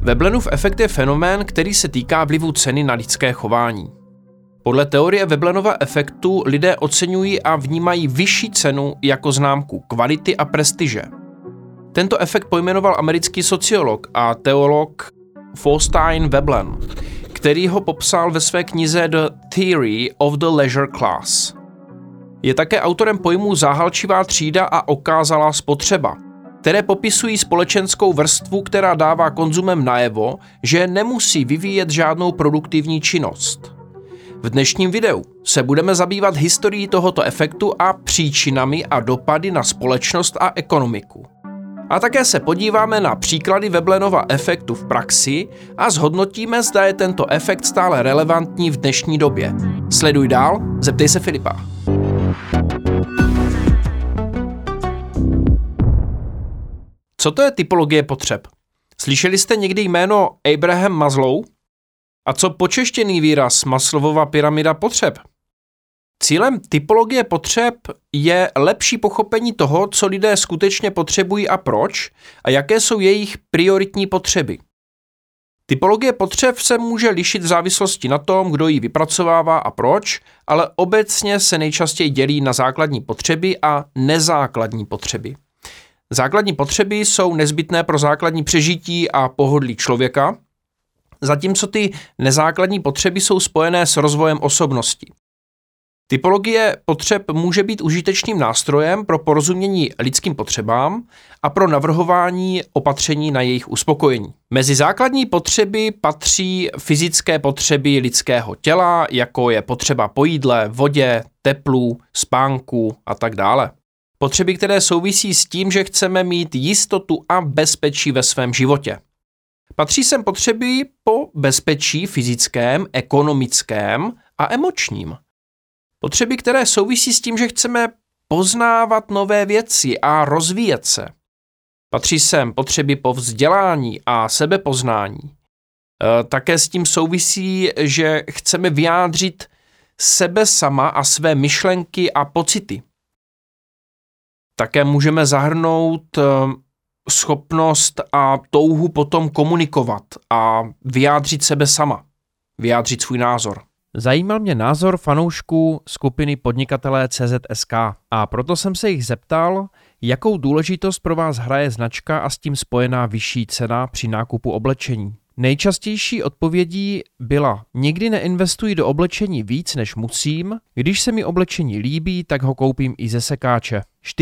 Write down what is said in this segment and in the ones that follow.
Veblenův efekt je fenomén, který se týká vlivu ceny na lidské chování. Podle teorie Veblenova efektu lidé oceňují a vnímají vyšší cenu jako známku kvality a prestiže. Tento efekt pojmenoval americký sociolog a teolog Faustein Veblen, který ho popsal ve své knize The Theory of the Leisure Class. Je také autorem pojmů záhalčivá třída a okázalá spotřeba, které popisují společenskou vrstvu, která dává konzumem najevo, že nemusí vyvíjet žádnou produktivní činnost. V dnešním videu se budeme zabývat historií tohoto efektu a příčinami a dopady na společnost a ekonomiku. A také se podíváme na příklady Veblenova efektu v praxi a zhodnotíme, zda je tento efekt stále relevantní v dnešní době. Sleduj dál, zeptej se Filipa. Co to je typologie potřeb? Slyšeli jste někdy jméno Abraham Maslow? A co počeštěný výraz Maslowova pyramida potřeb? Cílem typologie potřeb je lepší pochopení toho, co lidé skutečně potřebují a proč, a jaké jsou jejich prioritní potřeby. Typologie potřeb se může lišit v závislosti na tom, kdo ji vypracovává a proč, ale obecně se nejčastěji dělí na základní potřeby a nezákladní potřeby. Základní potřeby jsou nezbytné pro základní přežití a pohodlí člověka, zatímco ty nezákladní potřeby jsou spojené s rozvojem osobnosti. Typologie potřeb může být užitečným nástrojem pro porozumění lidským potřebám a pro navrhování opatření na jejich uspokojení. Mezi základní potřeby patří fyzické potřeby lidského těla, jako je potřeba po jídle, vodě, teplu, spánku a tak dále. Potřeby, které souvisí s tím, že chceme mít jistotu a bezpečí ve svém životě. Patří sem potřeby po bezpečí fyzickém, ekonomickém a emočním. Potřeby, které souvisí s tím, že chceme poznávat nové věci a rozvíjet se. Patří sem potřeby po vzdělání a sebepoznání. Také s tím souvisí, že chceme vyjádřit sebe sama a své myšlenky a pocity. Také můžeme zahrnout schopnost a touhu potom komunikovat a vyjádřit sebe sama, vyjádřit svůj názor. Zajímal mě názor fanoušků skupiny podnikatelé CZSK a proto jsem se jich zeptal, jakou důležitost pro vás hraje značka a s tím spojená vyšší cena při nákupu oblečení. Nejčastější odpovědí byla: nikdy neinvestuji do oblečení víc, než musím, když se mi oblečení líbí, tak ho koupím i ze sekáče.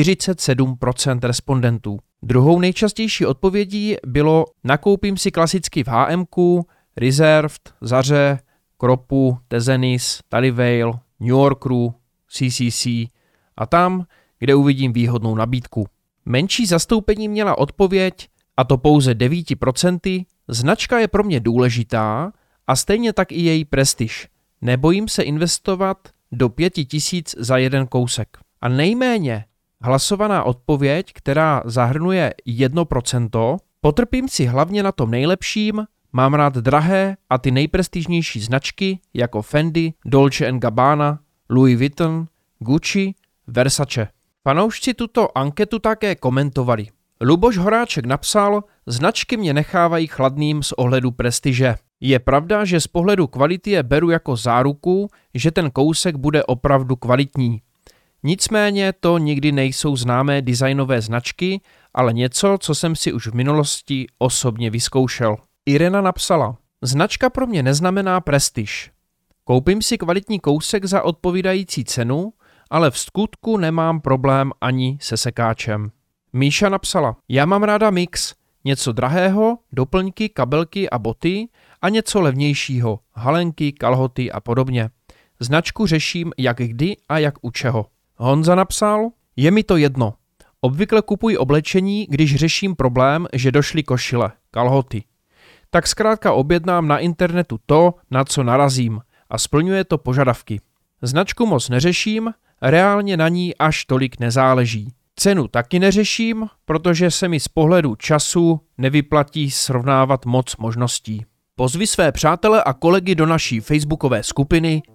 47% respondentů. Druhou nejčastější odpovědí bylo: nakoupím si klasicky v H&M-ku, Reserved, Zaře, Kropu, Tezenis, Tallyvale, New Yorkeru, CCC a tam, kde uvidím výhodnou nabídku. Menší zastoupení měla odpověď, a to pouze 9%, značka je pro mě důležitá a stejně tak i její prestiž. Nebojím se investovat do 5000 za jeden kousek. A nejméně hlasovaná odpověď, která zahrnuje 1%, potrpím si hlavně na tom nejlepším, mám rád drahé a ty nejprestižnější značky jako Fendi, Dolce & Gabbana, Louis Vuitton, Gucci, Versace. Fanoušci tuto anketu také komentovali. Luboš Horáček napsal: značky mě nechávají chladným z ohledu prestiže. Je pravda, že z pohledu kvality je beru jako záruku, že ten kousek bude opravdu kvalitní. Nicméně to nikdy nejsou známé designové značky, ale něco, co jsem si už v minulosti osobně vyzkoušel. Irena napsala: značka pro mě neznamená prestiž. Koupím si kvalitní kousek za odpovídající cenu, ale v skutku nemám problém ani se sekáčem. Míša napsala: já mám ráda mix, něco drahého, doplňky, kabelky a boty a něco levnějšího, halenky, kalhoty a podobně. Značku řeším jak kdy a jak u čeho. Honza napsal: je mi to jedno. Obvykle kupuji oblečení, když řeším problém, že došly košile, kalhoty. Tak zkrátka objednám na internetu to, na co narazím, a splňuje to požadavky. Značku moc neřeším, reálně na ní až tolik nezáleží. Cenu taky neřeším, protože se mi z pohledu času nevyplatí srovnávat moc možností. Pozvi své přátele a kolegy do naší facebookové skupiny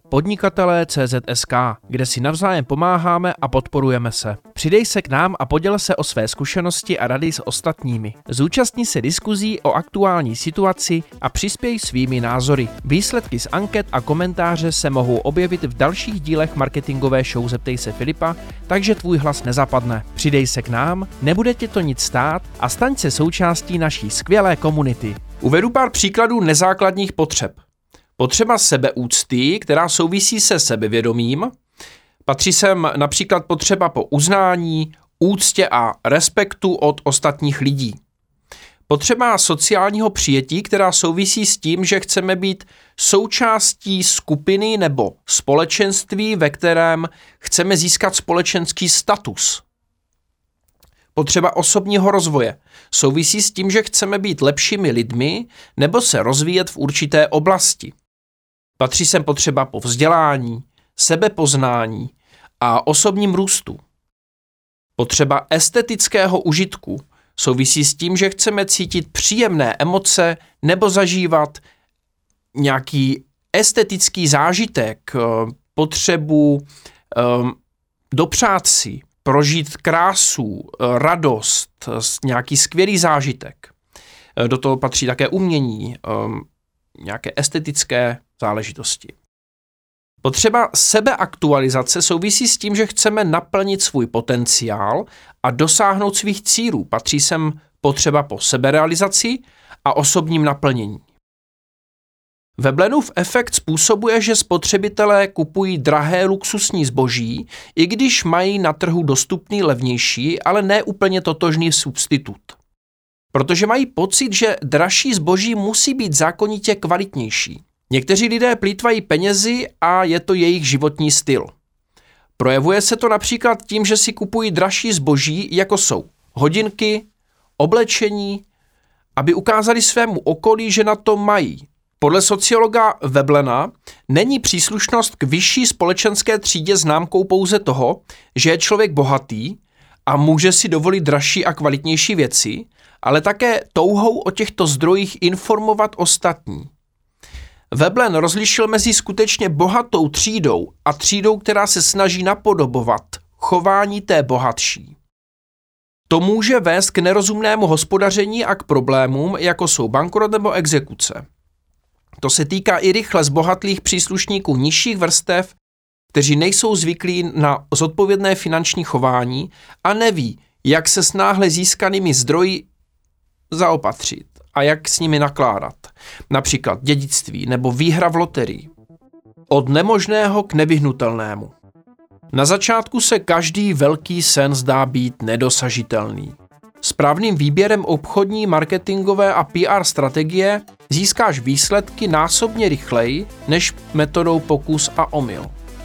Podnikatelé CZ.sk, kde si navzájem pomáháme a podporujeme se. Přidej se k nám a poděl se o své zkušenosti a rady s ostatními. Zúčastni se diskuzí o aktuální situaci a přispěj svými názory. Výsledky z anket a komentáře se mohou objevit v dalších dílech marketingové show Zeptej se Filipa, takže tvůj hlas nezapadne. Přidej se k nám, nebude tě to nic stát a staň se součástí naší skvělé komunity. Uvedu pár příkladů nezákladních potřeb. Potřeba sebeúcty, která souvisí se sebevědomím. Patří sem například potřeba po uznání, úctě a respektu od ostatních lidí. Potřeba sociálního přijetí, která souvisí s tím, že chceme být součástí skupiny nebo společenství, ve kterém chceme získat společenský status. Potřeba osobního rozvoje souvisí s tím, že chceme být lepšími lidmi nebo se rozvíjet v určité oblasti. Patří sem potřeba po vzdělání, sebepoznání a osobním růstu. Potřeba estetického užitku souvisí s tím, že chceme cítit příjemné emoce nebo zažívat nějaký estetický zážitek, potřebu dopřát si, prožít krásu, radost, nějaký skvělý zážitek. Do toho patří také umění, nějaké estetické záležitosti. Potřeba sebeaktualizace souvisí s tím, že chceme naplnit svůj potenciál a dosáhnout svých cílů. Patří sem potřeba po seberealizaci a osobním naplnění. Veblenův efekt způsobuje, že spotřebitelé kupují drahé luxusní zboží, i když mají na trhu dostupný levnější, ale ne úplně totožný substitut. Protože mají pocit, že dražší zboží musí být zákonitě kvalitnější. Někteří lidé plýtvají penězi a je to jejich životní styl. Projevuje se to například tím, že si kupují dražší zboží, jako jsou hodinky, oblečení, aby ukázali svému okolí, že na to mají. Podle sociologa Veblena není příslušnost k vyšší společenské třídě známkou pouze toho, že je člověk bohatý a může si dovolit dražší a kvalitnější věci, ale také touhou o těchto zdrojích informovat ostatní. Veblen rozlišil mezi skutečně bohatou třídou a třídou, která se snaží napodobovat chování té bohatší. To může vést k nerozumnému hospodaření a k problémům, jako jsou bankrot nebo exekuce. To se týká i rychle zbohatlých příslušníků nižších vrstev, kteří nejsou zvyklí na zodpovědné finanční chování a neví, jak se s náhle získanými zdroji zaopatřit a jak s nimi nakládat. Například dědictví nebo výhra v loterii. Od nemožného k nevyhnutelnému. Na začátku se každý velký sen zdá být nedosažitelný. Správným výběrem obchodní, marketingové a PR strategie získáš výsledky násobně rychleji než metodou pokus a omyl.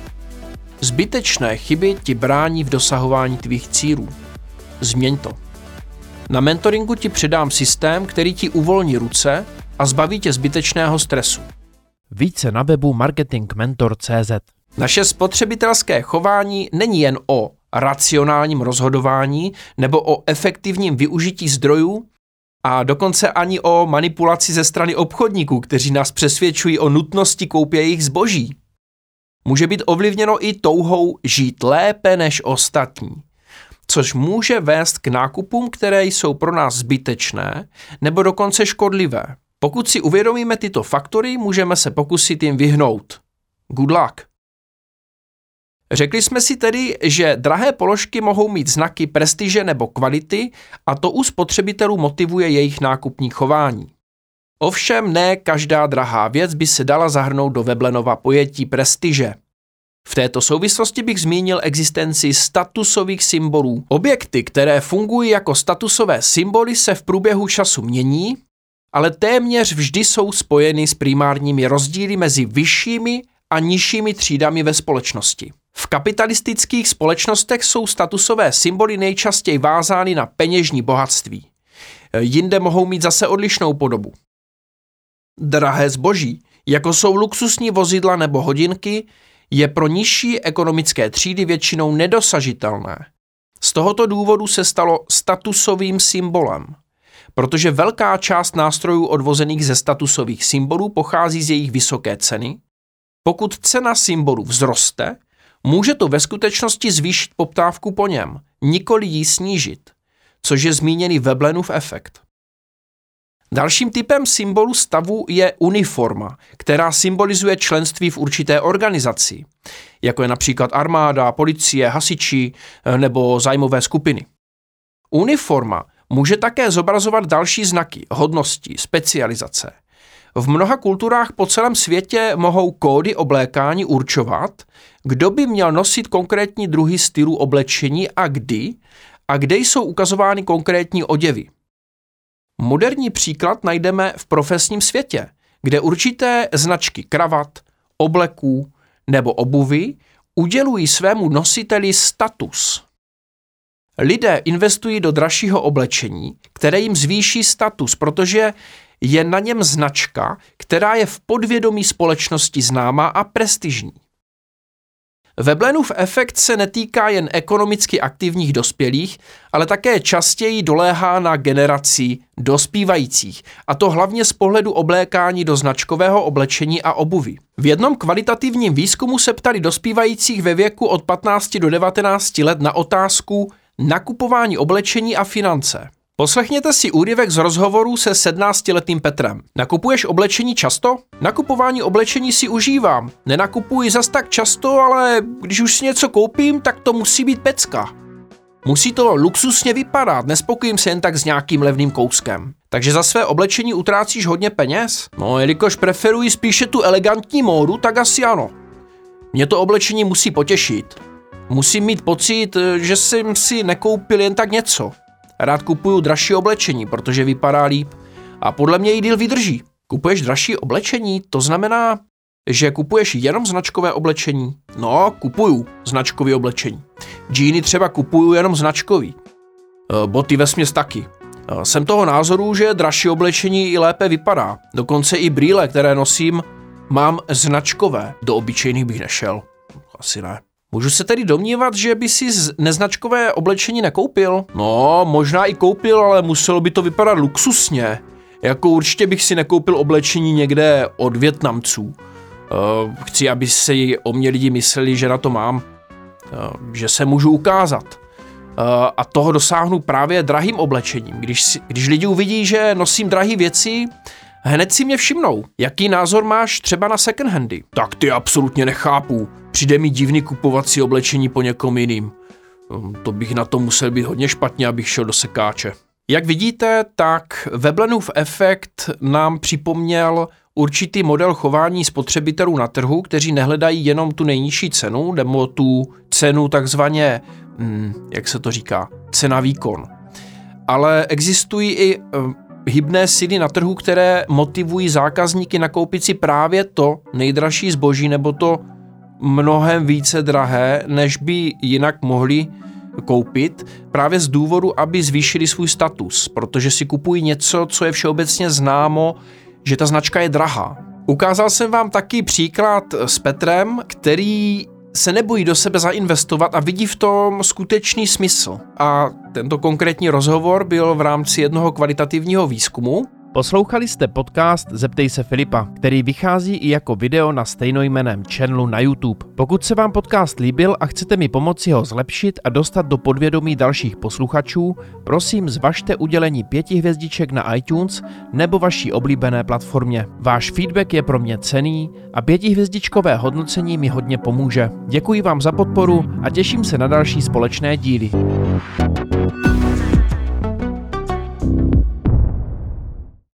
Zbytečné chyby ti brání v dosahování tvých cílů. Změň to. Na mentoringu ti předám systém, který ti uvolní ruce a zbaví tě zbytečného stresu. Více na webu marketingmentor.cz. Naše spotřebitelské chování není jen o racionálním rozhodování nebo o efektivním využití zdrojů a dokonce ani o manipulaci ze strany obchodníků, kteří nás přesvědčují o nutnosti koupě jejich zboží. Může být ovlivněno i touhou žít lépe než ostatní, což může vést k nákupům, které jsou pro nás zbytečné nebo dokonce škodlivé. Pokud si uvědomíme tyto faktory, můžeme se pokusit jim vyhnout. Good luck! Řekli jsme si tedy, že drahé položky mohou mít znaky prestiže nebo kvality a to u spotřebitelů motivuje jejich nákupní chování. Ovšem ne každá drahá věc by se dala zahrnout do Veblenova pojetí prestiže. V této souvislosti bych zmínil existenci statusových symbolů. Objekty, které fungují jako statusové symboly, se v průběhu času mění, ale téměř vždy jsou spojeny s primárními rozdíly mezi vyššími a nižšími třídami ve společnosti. V kapitalistických společnostech jsou statusové symboly nejčastěji vázány na peněžní bohatství. Jinde mohou mít zase odlišnou podobu. Drahé zboží, jako jsou luxusní vozidla nebo hodinky, je pro nižší ekonomické třídy většinou nedosažitelné. Z tohoto důvodu se stalo statusovým symbolem, protože velká část nástrojů odvozených ze statusových symbolů pochází z jejich vysoké ceny Pokud cena symbolu vzroste, může to ve skutečnosti zvýšit poptávku po něm, nikoli ji snížit, což je zmíněný Veblenův efekt. Dalším typem symbolu stavu je uniforma, která symbolizuje členství v určité organizaci, jako je například armáda, policie, hasiči nebo zájmové skupiny. Uniforma může také zobrazovat další znaky, hodnosti, specializace. V mnoha kulturách po celém světě mohou kódy oblékání určovat, kdo by měl nosit konkrétní druhy stylu oblečení a kde jsou ukazovány konkrétní oděvy. Moderní příklad najdeme v profesním světě, kde určité značky kravat, obleků nebo obuvy udělují svému nositeli status. Lidé investují do dražšího oblečení, které jim zvýší status, protože je na něm značka, která je v podvědomí společnosti známá a prestižní. Veblenův efekt se netýká jen ekonomicky aktivních dospělých, ale také častěji doléhá na generaci dospívajících, a to hlavně z pohledu oblékání do značkového oblečení a obuvi. V jednom kvalitativním výzkumu se ptali dospívajících ve věku od 15 do 19 let na otázku nakupování oblečení a finance. Poslechněte si úryvek z rozhovoru se 17letým Petrem. Nakupuješ oblečení často? Nakupování oblečení si užívám. Nenakupuji zas tak často, ale když už si něco koupím, tak to musí být pecka. Musí to luxusně vypadat, nespokojím se jen tak s nějakým levným kouskem. Takže za své oblečení utrácíš hodně peněz? No, jelikož preferuji spíše tu elegantní módu, tak asi ano. Mě to oblečení musí potěšit. Musím mít pocit, že jsem si nekoupil jen tak něco. Rád kupuju dražší oblečení, protože vypadá líp a podle mě i díl vydrží. Kupuješ dražší oblečení, to znamená, že kupuješ jenom značkové oblečení? No, kupuju značkové oblečení. Džíny třeba kupuju jenom značkový. Boty vesměs taky. Jsem toho názoru, že dražší oblečení i lépe vypadá. Dokonce i brýle, které nosím, mám značkové. Do obyčejných bych nešel. Asi ne. Můžu se tedy domnívat, že by si neznačkové oblečení nekoupil? No, možná i koupil, ale muselo by to vypadat luxusně. Jako určitě bych si nekoupil oblečení někde od Vietnamců. Chci, aby si o mě lidi mysleli, že na to mám. Že se můžu ukázat. A toho dosáhnu právě drahým oblečením. Když lidi uvidí, že nosím drahé věci, hned si mě všimnou. Jaký názor máš třeba na second handy? Tak ty absolutně nechápu. Přijde mi divný kupovací oblečení po někom jiným. To bych na to musel být hodně špatně, abych šel do sekáče. Jak vidíte, tak Veblenův efekt nám připomněl určitý model chování spotřebitelů na trhu, kteří nehledají jenom tu nejnižší cenu, nebo tu cenu takzvaně, jak se to říká, cena výkon. Ale existují i hybné síly na trhu, které motivují zákazníky nakoupit si právě to nejdražší zboží nebo to mnohem více drahé, než by jinak mohli koupit, právě z důvodu, aby zvýšili svůj status, protože si kupují něco, co je všeobecně známo, že ta značka je drahá. Ukázal jsem vám taky příklad s Petrem, který se nebojí do sebe zainvestovat a vidí v tom skutečný smysl. A tento konkrétní rozhovor byl v rámci jednoho kvalitativního výzkumu. Poslouchali jste podcast Zeptej se Filipa, který vychází i jako video na stejnojmenném channelu na YouTube. Pokud se vám podcast líbil a chcete mi pomoci ho zlepšit a dostat do podvědomí dalších posluchačů, prosím zvažte udělení 5 hvězdiček na iTunes nebo vaší oblíbené platformě. Váš feedback je pro mě cenný a 5hvězdičkové hodnocení mi hodně pomůže. Děkuji vám za podporu a těším se na další společné díly.